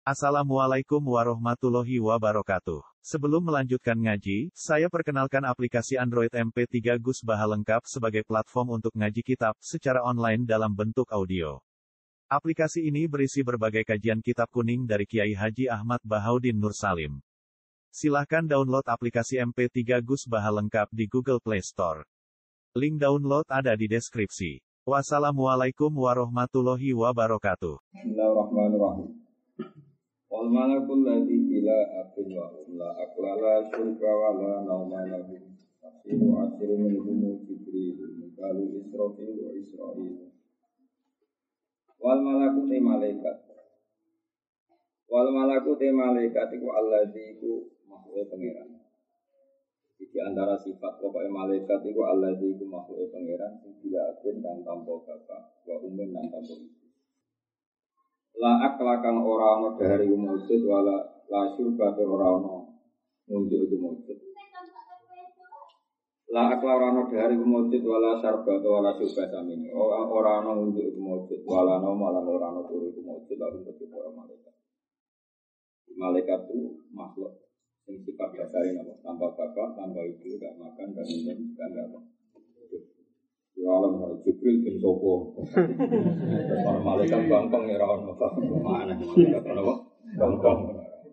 Assalamualaikum warahmatullahi wabarakatuh. Sebelum melanjutkan ngaji, saya perkenalkan aplikasi Android MP3 Gus Baha lengkap sebagai platform untuk ngaji kitab secara online dalam bentuk audio. Aplikasi ini berisi berbagai kajian kitab kuning dari Kiai Haji Ahmad Bahaudin Nur Salim. Silahkan download aplikasi MP3 Gus Baha lengkap di Google Play Store. Link download ada di deskripsi. Wassalamualaikum warahmatullahi wabarakatuh. Bismillahirrahmanirrahim. Wal malakul ladzi bila akin wa la aklala syurga wa la nauma lahu tafsiru asiru minhum jibril mikalu israfil wa israil wal malakut malaikat iku alladzi iku makhluk pangeran. Di antara sifat pokok malaikat iku alladzi iku makhluk pangeran sing bila akin dan tanpa bapak wa umum dan tanpa ibu. La akla kang ora ana dari wujud wala la syurga ora ana wujud wujud. La akla ora ana dari wujud wala syarba wala syurga samini. Ora ana wujud wujud wala ana malah ora ana turu wujud lalu tetep ora malaikat. Malaikat itu makhluk yang sifat dasarnya apa? Tanpa bapak, tanpa ibu, tidak makan dan minum juga enggak apa. Ya alam kalau Jibril bin Sopo, para malaikat bangkong ya rawan apa? Mana malaikat apa? Bangkong.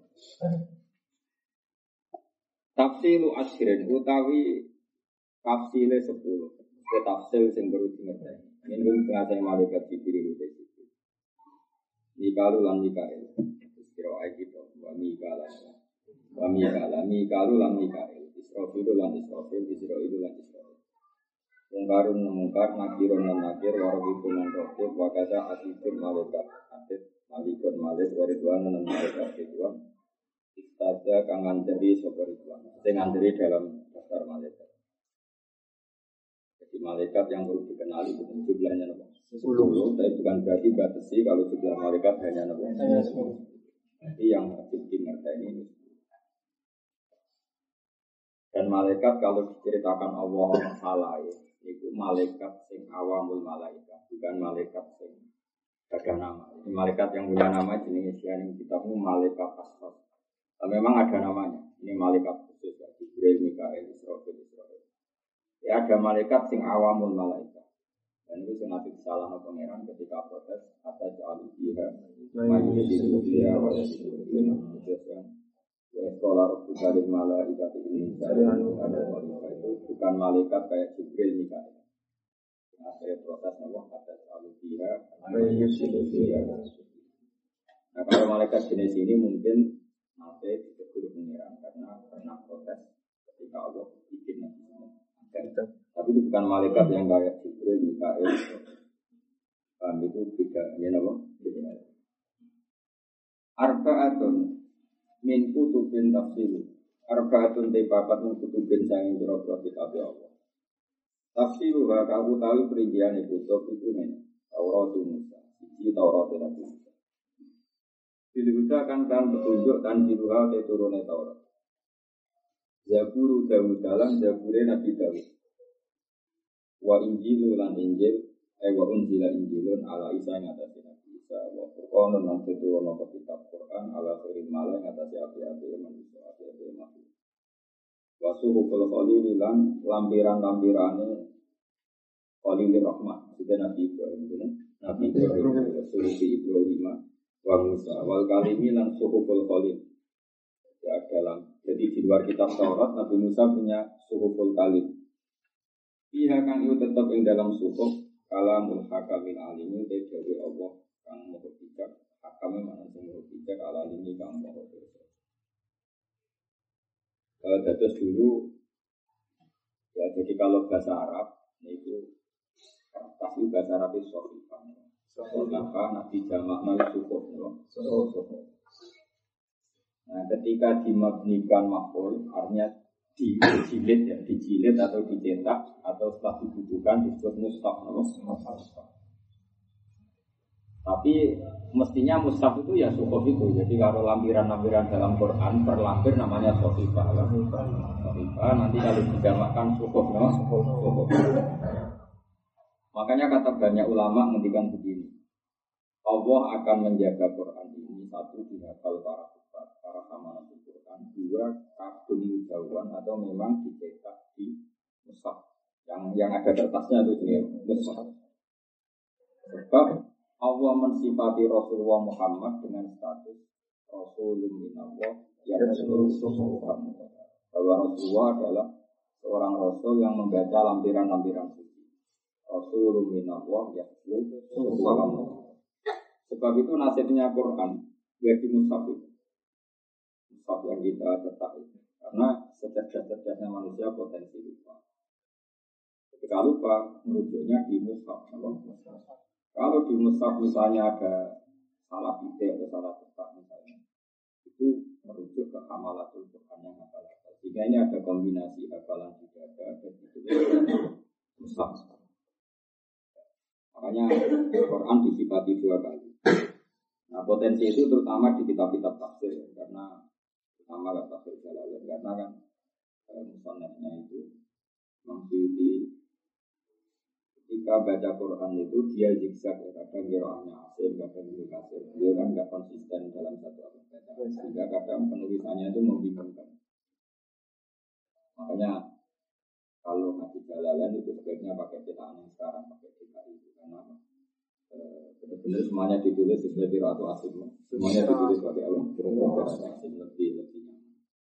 Tafsilu ashirin utawi tafsile 10. Tafsil sing baru dingerti. Minggu setengah malaikat Jibril itu. Mikalu lan Mikael. Kira kita wa Mikael. Wa Mikalu lan Mikael. Israfil lan Israfil, Israil lan Israil. Mungkarun mungkar, nakirun dan nakir, warabikun dan rokib, wakasa asifun malaikat, asif, malikun malik, waridwan dan malaikat ridwan. Istada kang nganteri sopa ridwan, saya nganteri dalam daftar malaikat. Jadi malaikat yang perlu dikenali bukan jumlahnya 10, tapi bukan berarti batasi kalau jumlah malaikat hanya 10. Jadi yang wajib dimengerti ini. Dan malaikat kalau diceritakan Allah salah ya. Itu malaikat sing awamul malaikat, bukan malaikat sing ada nama. Ini malaikat yang punya nama jenis yang kitabmu malaikat asal. Memang ada namanya. Ini malaikat khusus, Jibril, Mikael, Israfil, Israil. Ya ada malaikat sing awamul malaikat. Dan itu nanti disalahkan pangeran ketika protes atas alihiyah, majlisiyah, wajibiyah, sekolah dari malaikat ini ada malaikat itu bukan malaikat kayak Jibril Mikael. Akhirnya protes nama atas alihiyah. Nah kalau malaikat jenis ini mungkin nanti ditegur pengiran karena pernah protes ketika Allah bikin nabi. Tapi itu bukan malaikat yang kayak Jibril Mikael. Kami itu bedanya nama. Arba'atun min kutubin tafsir. Arba'atun tepapat min kutubin sanging biro-biro kitab Allah. Tafsiruha kamu tahu perincian kutub itu men. Taurat Musa. Iki Taurat Nabi Musa. Diluda kan petunjuk dan diluha te turune Taurat. Zabur Dawud dalam Zabure Nabi Dawud. Wa Injilu lan Injil, wa unzila Injilun ala Isa ing atase Nabi Isa. Wa Qur'anun lan turuna kitab Qur'an ala khairil malai ing atase api-api manusia, api-api makhluk. Wa suhuful khalil lan lampiran-lampirane Khalilur Rahman, sudah Nabi Ibrahim, Nabi Ibrahim, suhufi Ibrahim wa Musa, wal kalimi lan suhuful khalil. Ya dalam, jadi di luar kitab Taurat, Nabi Musa punya suhuful kalim. Pihak kang itu tetap yang dalam suhuf kalamul hakamin alimi dari Allah kang moho bijak, hakamnya mana sing moho bijak alimi kang moho bijak. Terus dulu, ya jadi kalau bahasa Arab itu pasti bahasa Arab itu sohifah. Sohifah Nabi Jamak mal suhuf, sohif. Nah, ketika dimabnikan maf'ul, artinya dijilid atau dicetak atau setelah dibukukan disebut mushaf. Tapi mestinya mushaf itu ya suhuf itu. Jadi kalau lampiran-lampiran dalam Quran per lampir namanya sohifah. Sohifah nanti kalau dijamakkan suhuf. Makanya kata banyak ulama ngendikan begini. Allah akan menjaga Quran ini satu dihafal para ustaz, para hamatul Quran, dua kadung mudawwan atau memang dicetak di mushaf. Yang ada kertasnya itu ini mushaf. Sebab Allah mensifati Rasulullah Muhammad dengan status Rasulun minallah yang Rasulullah, bahwa Rasulullah adalah seorang Rasul yang membaca lampiran-lampiran suci. Rasulun minallah yang Rasulullah. Sebab itu nasibnya Quran ya di mushaf itu. Mushaf yang kita cetak itu. Karena secerdas-cerdasnya manusia potensi lupa. Ketika lupa, merujuknya di mushaf. Kalau di mushaf misalnya ada salah titik atau salah cetak misalnya, itu merujuk ke hamalatul Quran yang hafal-hafal. Jika ini ada kombinasi hafalan tidak ada dan itu mushaf. Makanya Quran disifati dua kali. Nah potensi itu terutama di kitab-kitab tafsir, karena terutama tafsir Jalalain, karena kan musannafnya itu Masyuti ketika baca Quran itu dia zigzag, kadang qiraatnya Asim, kadang Ibnu Katsir. Dia kan nggak konsisten dalam satu bacaan, sehingga kadang penulisannya itu membingungkan. Makanya kalau ngaji Jalalain itu sebaiknya pakai cetakan yang sekarang, pakai DKI itu karena benar-benar semuanya ditulis sesuai qiraat Asim. Semuanya ditulis pakai Allah. Asim lebih nyaman.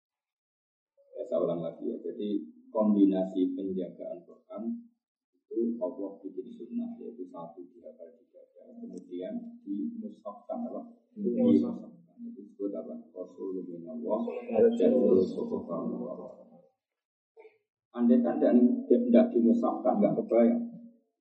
Ya, saya ulang lagi ya. Jadi kombinasi penjagaan Quran itu Allah bikin sunnah, yaitu satu dihafal dijaga, kemudian dimushafkan apa? Dimushafkan. Itu disebut apa? Rasulullah minallah dan Rasulullah. Andai kan tidak dimushafkan, nggak kebayang.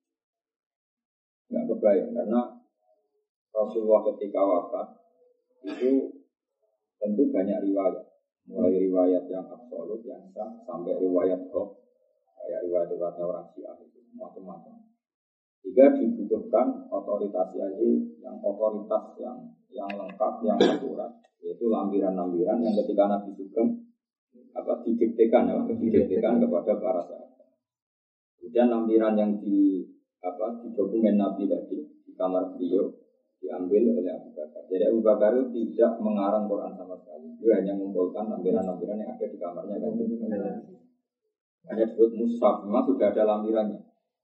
Nggak kebayang, karena Rasulullah ketika wafat itu tentu banyak riwayat, mulai riwayat yang absolut, yang sah, sampai riwayat hoax, kayak riwayat orang Syiah itu macam-macam. Jika dibutuhkan otoritas yang otoritas yang lengkap, yang akurat, yaitu lampiran-lampiran yang ketika Nabi Sugeng didiktekan kepada para sahabat. Kemudian lampiran yang di dokumen Nabi tadi di kamar beliau diambil oleh Abu Bakar. Jadi Abu Bakar itu tidak mengarang Quran sama sekali. Dia hanya mengumpulkan lampiran-lampiran yang ada di kamarnya kan. Hanya disebut mushaf, memang sudah ada lampirannya.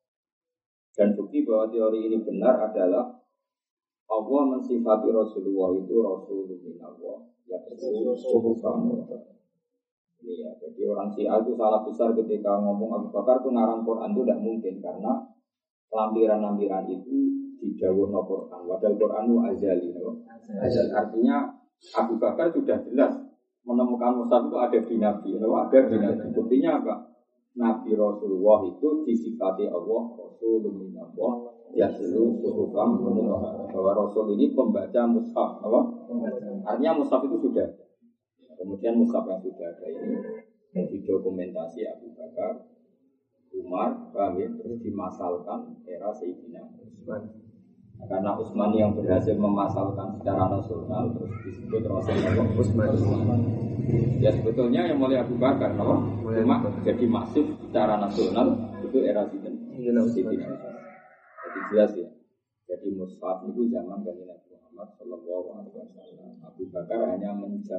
Dan bukti bahwa teori ini benar adalah Allah mensifati Rasulullah itu Rasulullah minallah ya Rasulullah. Ini ya, jadi orang Syiah itu salah besar ketika ngomong Abu Bakar itu ngarang Quran itu tidak mungkin, karena lampiran-lampiran itu didhawuhna Quran. Padahal Quran itu azali, azali. Artinya Abu Bakar sudah jelas menemukan mushaf itu ada di Nabi, ada di Nabi. Buktinya apa? Nabi Rasulullah itu disifati Allah Rasulullah minallah ya suhufam, bahwa Rasul ini pembaca mushaf, artinya mushaf itu sudah. Kemudian mushaf yang sudah ada ini didokumentasi Abu Bakar, Umar, terus dimasalkan era Sayyidina Utsman. Karena Utsman yang berhasil memasalkan secara nasional terus disebut Rasulullah Utsman. Ya sebetulnya yang mulai Abu Bakar, cuma jadi masif secara nasional itu era Sayyidina Utsman. Jadi jelas ya. Jadi mushaf itu zaman Nabi Muhammad Sallallahu Alaihi Wasallam. Abu Bakar hanya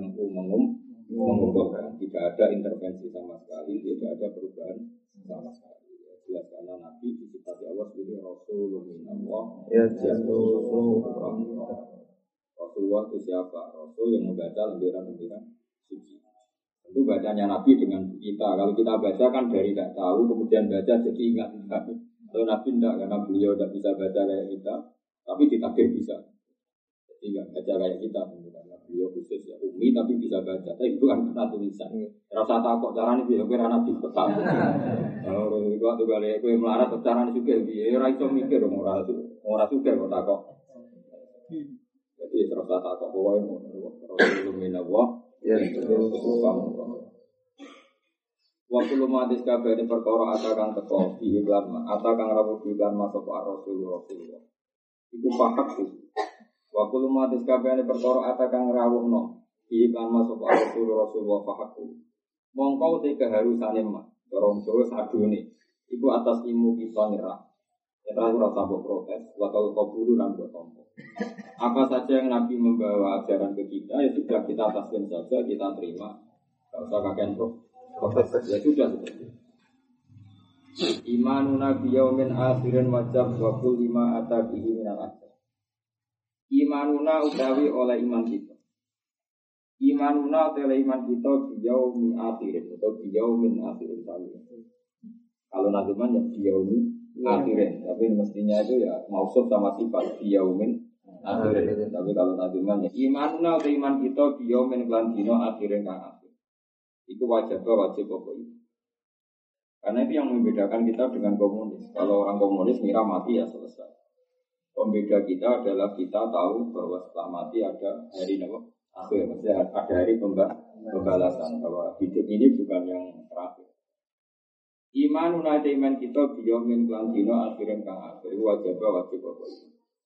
mengumpulkan, tidak ada intervensi sama sekali, tidak ada perubahan sama sekali. Jelas karena Nabi disifati Allah sebagai Rasulullah minallah ya Rasulullah. Rasulullah itu siapa? Rasul yang membaca lembaran-lembaran suci. Tentu bacanya Nabi dengan kita. Kalau kita baca kan dari tidak tahu, kemudian baca jadi ingat. Kalau Nabi tidak, karena beliau tidak bisa baca kayak kita, tapi ditakdir bisa. Jadi tidak baca kayak kita, karena beliau khusus ya umi, tapi bisa baca. Tapi bukan kata tulisan. Rasa takut caranya bisa kira Nabi petang. Kalau waktu kali aku melarat caranya juga, ya rasa mikir orang juga kok takut. Jadi rasa takut pokoknya Rasulullah minallah ya Rasulullah. Waktu lumatis kabeh ini perkara atakan teko iklan atakan rawuh iklan masuk Rasulullah. Iku pahak sih. Waktu lumatis kabeh ini perkara atakan rawuhno iklan masuk Rasulullah pahakku. Mongko te keharusane mah dorong terus adune. Iku atas ilmu kita nyerah. Ya ora usah mbok protes, wa tau kaburu lan mbok tompo. Apa saja yang Nabi membawa ajaran ke kita, ya sudah kita taslim saja, kita terima. Tidak usah kakek protes, ya sudah seperti itu. Imanuna biyaumin akhirin wajab wa kulli ma ata bihi minal ajab. Imanuna utawi oleh iman kita. Imanuna oleh iman kita biyaumi akhirin atau biyaumin akhirin saling. Kalau nazuman ya biyaumi akhirin, tapi mestinya itu ya mausuf sama sifat biyaumin akhirin. Tapi kalau nazuman ya imanuna oleh iman kita biyaumin lan dino akhirin kang akhir. Itu wajib pokoknya. Karena itu yang membedakan kita dengan komunis. Kalau orang komunis ngira mati ya selesai. Pembeda kita adalah kita tahu bahwa setelah mati ada hari akhir. Maksudnya ada hari pembalasan. Bahwa hidup ini bukan yang terakhir. Iman unai iman kita biyomin klan dino akhirin kang akhir. Wajib pokoknya.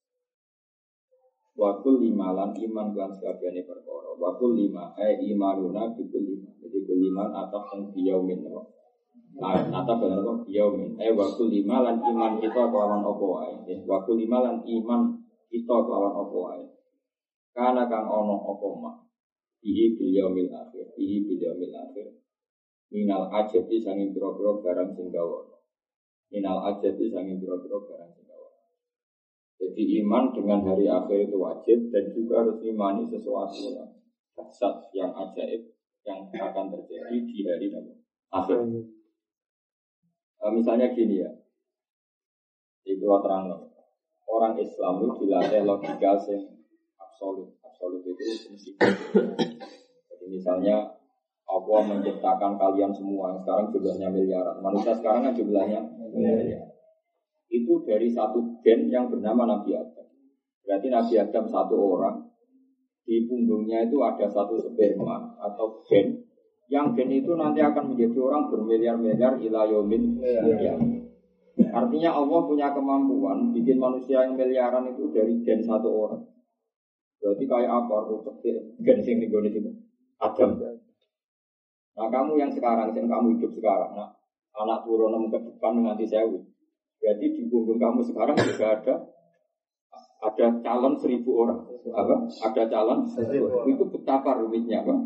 Wakul limalan iman klan sekabiane perkara. Wakul lima imanuna bikul lima. Jadi kul liman atas yang biyomin. Nata benar kok yaumin. Waktu lima lan iman kita kelawan opo wae. Waktu lima lan iman kita kelawan opo wae. Karena kang ono opo mak. Ihi bil yaumil akhir. Ihi bil yaumil akhir. Minal ajabi sanging pira-pira barang sing gawono. Minal ajabi sanging pira-pira barang sing gawono. Jadi iman dengan hari akhir itu wajib dan juga harus imani sesuatu yang dahsyat, yang ajaib yang akan terjadi di hari akhir. Misalnya gini ya, di Pulau Terang, orang Islam itu dilatih logika yang absolut itu mesti. Jadi misalnya Allah menciptakan kalian semua, sekarang jumlahnya miliaran, manusia sekarang kan jumlahnya miliaran. Itu dari satu gen yang bernama Nabi Adam. Berarti Nabi Adam satu orang, di punggungnya itu ada satu sperma atau gen. Yang gen itu nanti akan menjadi orang bermiliar-miliar ila yaumin qiyamah. Artinya Allah punya kemampuan bikin manusia yang miliaran itu dari gen satu orang. Berarti kayak apa rusak gen sing digone itu Adam. Nah kamu yang sekarang, yang kamu hidup sekarang, nah anak turun ke depan nganti 1000. Berarti di punggung kamu sekarang juga ada calon 1000 orang. Apa? Ada calon 1000. Itu betapa rumitnya, Pak.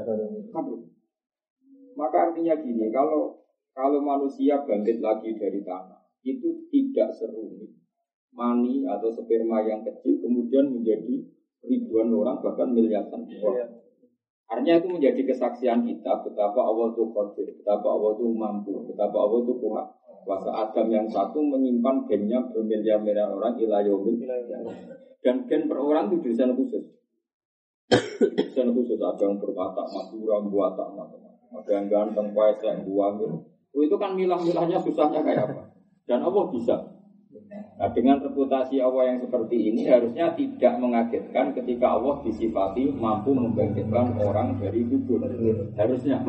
Maka artinya gini, kalau manusia bangkit lagi dari tanah, itu tidak serumit mani atau sperma yang kecil kemudian menjadi ribuan orang bahkan miliaran orang. Artinya itu menjadi kesaksian kita betapa Allah itu qadir, betapa Allah itu mampu, betapa Allah itu kuat. Kuasa Adam yang satu menyimpan gennya bermiliar-miliar orang ila yaumil qiyamah. Dan gen per orang itu desain khusus. Desain khusus ada yang berkata Madura buat macam. Ada yang ganteng, paes, yang buang gitu. Itu kan milah-milahnya susahnya kayak apa. Dan Allah bisa. Nah dengan reputasi Allah yang seperti ini harusnya tidak mengagetkan ketika Allah disifati mampu membangkitkan orang dari kubur. Harusnya.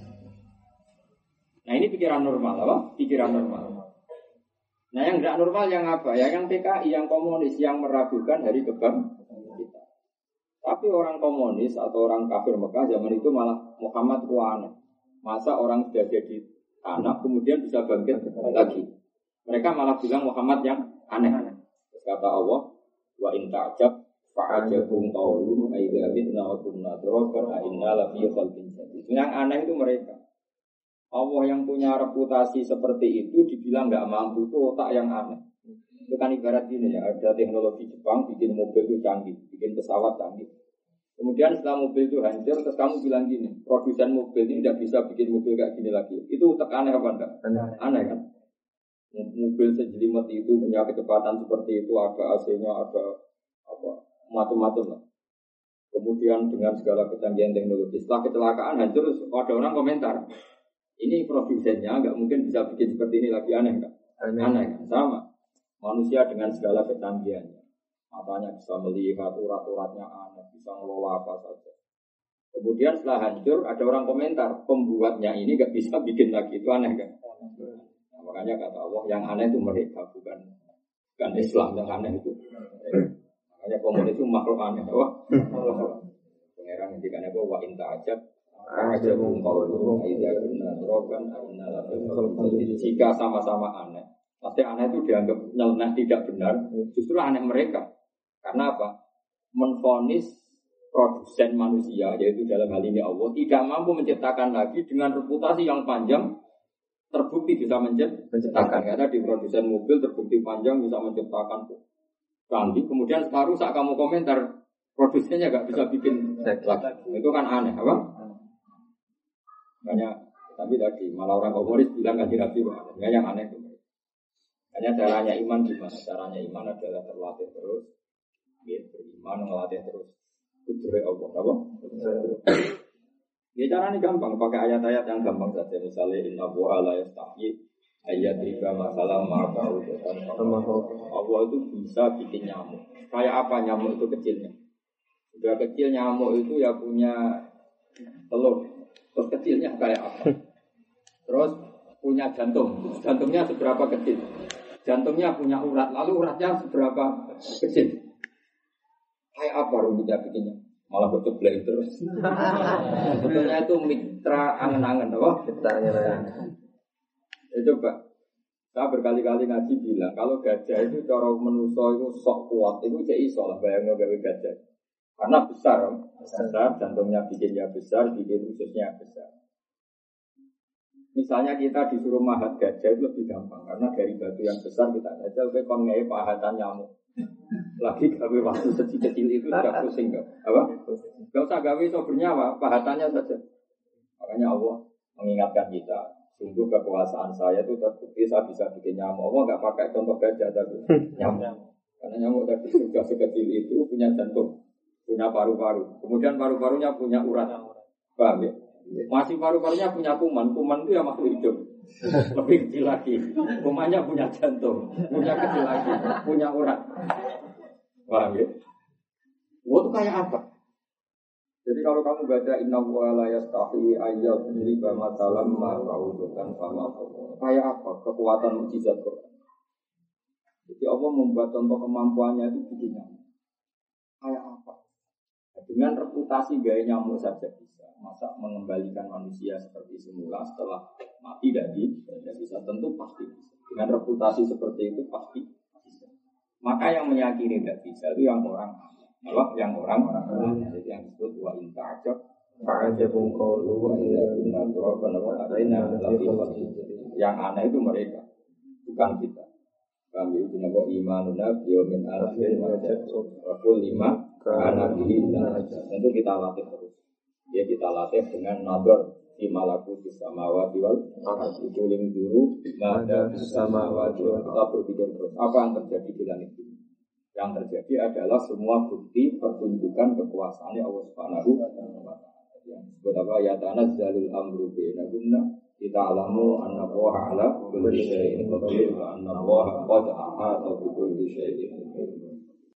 Nah ini pikiran normal, apa? Pikiran normal. Nah yang tidak normal yang apa? Ya yang PKI, yang komunis, yang meragukan hari kebangkitan kita. Tapi orang komunis atau orang kafir Mekah zaman itu malah Muhammad aneh. Masa orang sudah jadi anak kemudian bisa bangkit lagi. Mereka malah bilang Muhammad yang aneh. Kata Allah, wa in ta'jab fa'ajabum qawlum aidza bitna wa kunna turaban inna la fi khalqin jadid. Yang aneh itu mereka. Allah yang punya reputasi seperti itu dibilang enggak mampu, itu otak yang aneh. Itu kan ibarat gini ya, ada teknologi Jepang bikin mobil itu canggih, bikin pesawat canggih. Kemudian setelah mobil itu hancur, terus kamu bilang gini, produsen mobil ini tidak bisa bikin mobil kayak gini lagi. Itu otak aneh apa enggak? Aneh kan? Mobil sejelimet itu punya kecepatan seperti itu, ada AC-nya, ada apa macam-macam lah. Kemudian dengan segala kecanggihan teknologi, setelah kecelakaan hancur, ada orang komentar, ini produsennya nggak mungkin bisa bikin seperti ini lagi, aneh kan? Aneh kan? Sama. Manusia dengan segala kecanggihannya, matanya bisa melihat, urat-uratnya aneh, bisa ngelola apa saja. Kemudian setelah hancur, ada orang komentar, pembuatnya ini nggak bisa bikin lagi, itu aneh kan? Nah, makanya kata Allah, yang aneh itu mereka, bukan Islam yang aneh itu. Makanya komunis itu makhluk aneh, wah. Pengeran yang dikatakan wa inta ajab, ajabum qawluhum aidza kunna turaban inna la fi khalqin. Jika sama-sama aneh, pasti aneh itu dianggap nyeleneh tidak benar, justru aneh mereka. Karena apa? menvonis produsen manusia, yaitu dalam hal ini Allah, tidak mampu menciptakan lagi dengan reputasi yang panjang, terbukti bisa menciptakan. Karena di produsen mobil terbukti panjang bisa menciptakan canggih. Kemudian sekarang saat kamu komentar, produsennya nggak bisa bikin lagi. Itu kan aneh, apa? Banyak. Tapi tadi malah orang komunis bilang ganti Nabi, yang aneh itu. Hanya caranya iman gimana? Caranya iman adalah terlatih terus, beriman ngelatih terus. Kudure Allah, apa? Ya caranya gampang, pakai ayat-ayat yang gampang saja. Misalnya Inna Allaha la yastahi ayat 3 masalah ma'ruf. Allah itu bisa bikin nyamuk. Kayak apa nyamuk itu kecilnya? Sudah kecil nyamuk itu ya punya telur. Terus kecilnya kayak apa? Terus punya jantung. Jantungnya seberapa kecil? Jantungnya punya urat. Lalu uratnya seberapa kecil? Kayak apa rumitnya bikinnya? Malah bocor blek terus. Sebetulnya itu mitra angen-angen, apa? Mitra angen-angen. Ya coba. Saya berkali-kali ngaji bilang kalau gajah itu cara manusia itu sok kuat, itu jadi iso lah bayangnya gawe gajah. Karena besar, jantungnya bikinnya besar, bikin ususnya besar. Misalnya kita disuruh mahat gajah itu lebih gampang karena dari batu yang besar kita aja lebih kongai pahatan nyamuk. Lagi gawe waktu kecil itu sudah pusing kok. Apa? Gak usah gawe so bernyawa, pahatannya saja. Makanya Allah mengingatkan kita, sungguh kekuasaan saya itu terbukti saya bisa bikin nyamuk. Allah nggak pakai contoh gajah tapi nyamuk. Karena nyamuk tadi sudah sekecil itu punya jantung, punya paru-paru. Kemudian paru-parunya punya urat. Paham ya? Masih paru-parunya punya kuman. Kuman itu ya makhluk hidup. Lebih kecil lagi. Kumannya punya jantung, punya kecil lagi, punya urat. Paham ya? Itu kayak apa? Jadi kalau kamu baca Inna Allaha la yastahi ayat riba matalam ma'raudukan sama Allah. Kayak apa kekuatan mukjizat Quran? Jadi Allah membuat contoh kemampuannya itu begini. Kayak apa? Dengan reputasi gaya nyamuk saja bisa. Masa mengembalikan manusia seperti semula setelah mati tidak bisa. Tentu pasti bisa. Dengan reputasi seperti itu pasti bisa. Maka yang meyakini tidak bisa itu yang orang apa? Yang orang jadi yang disebut wa intajab fa'ajabun qawlu wa inna rabbana wa alaina yang aneh itu mereka, bukan kita. Kami dinamakan imanuna biyaumin akhir wa lima karena bihi tentu kita latih terus. Ya kita latih dengan nador di malaku di samawati wal ardi kuling dulu ada di samawati wal kita berpikir terus apa yang terjadi di langit ini. Yang terjadi adalah semua bukti pertunjukan kekuasaannya Allah Subhanahu wa taala. Yang disebut apa ya tanazzalul amru bainahunna kita alamu anna Allaha ala kulli syai'in qadir wa anna Allaha qad ahata bi kulli syai'in.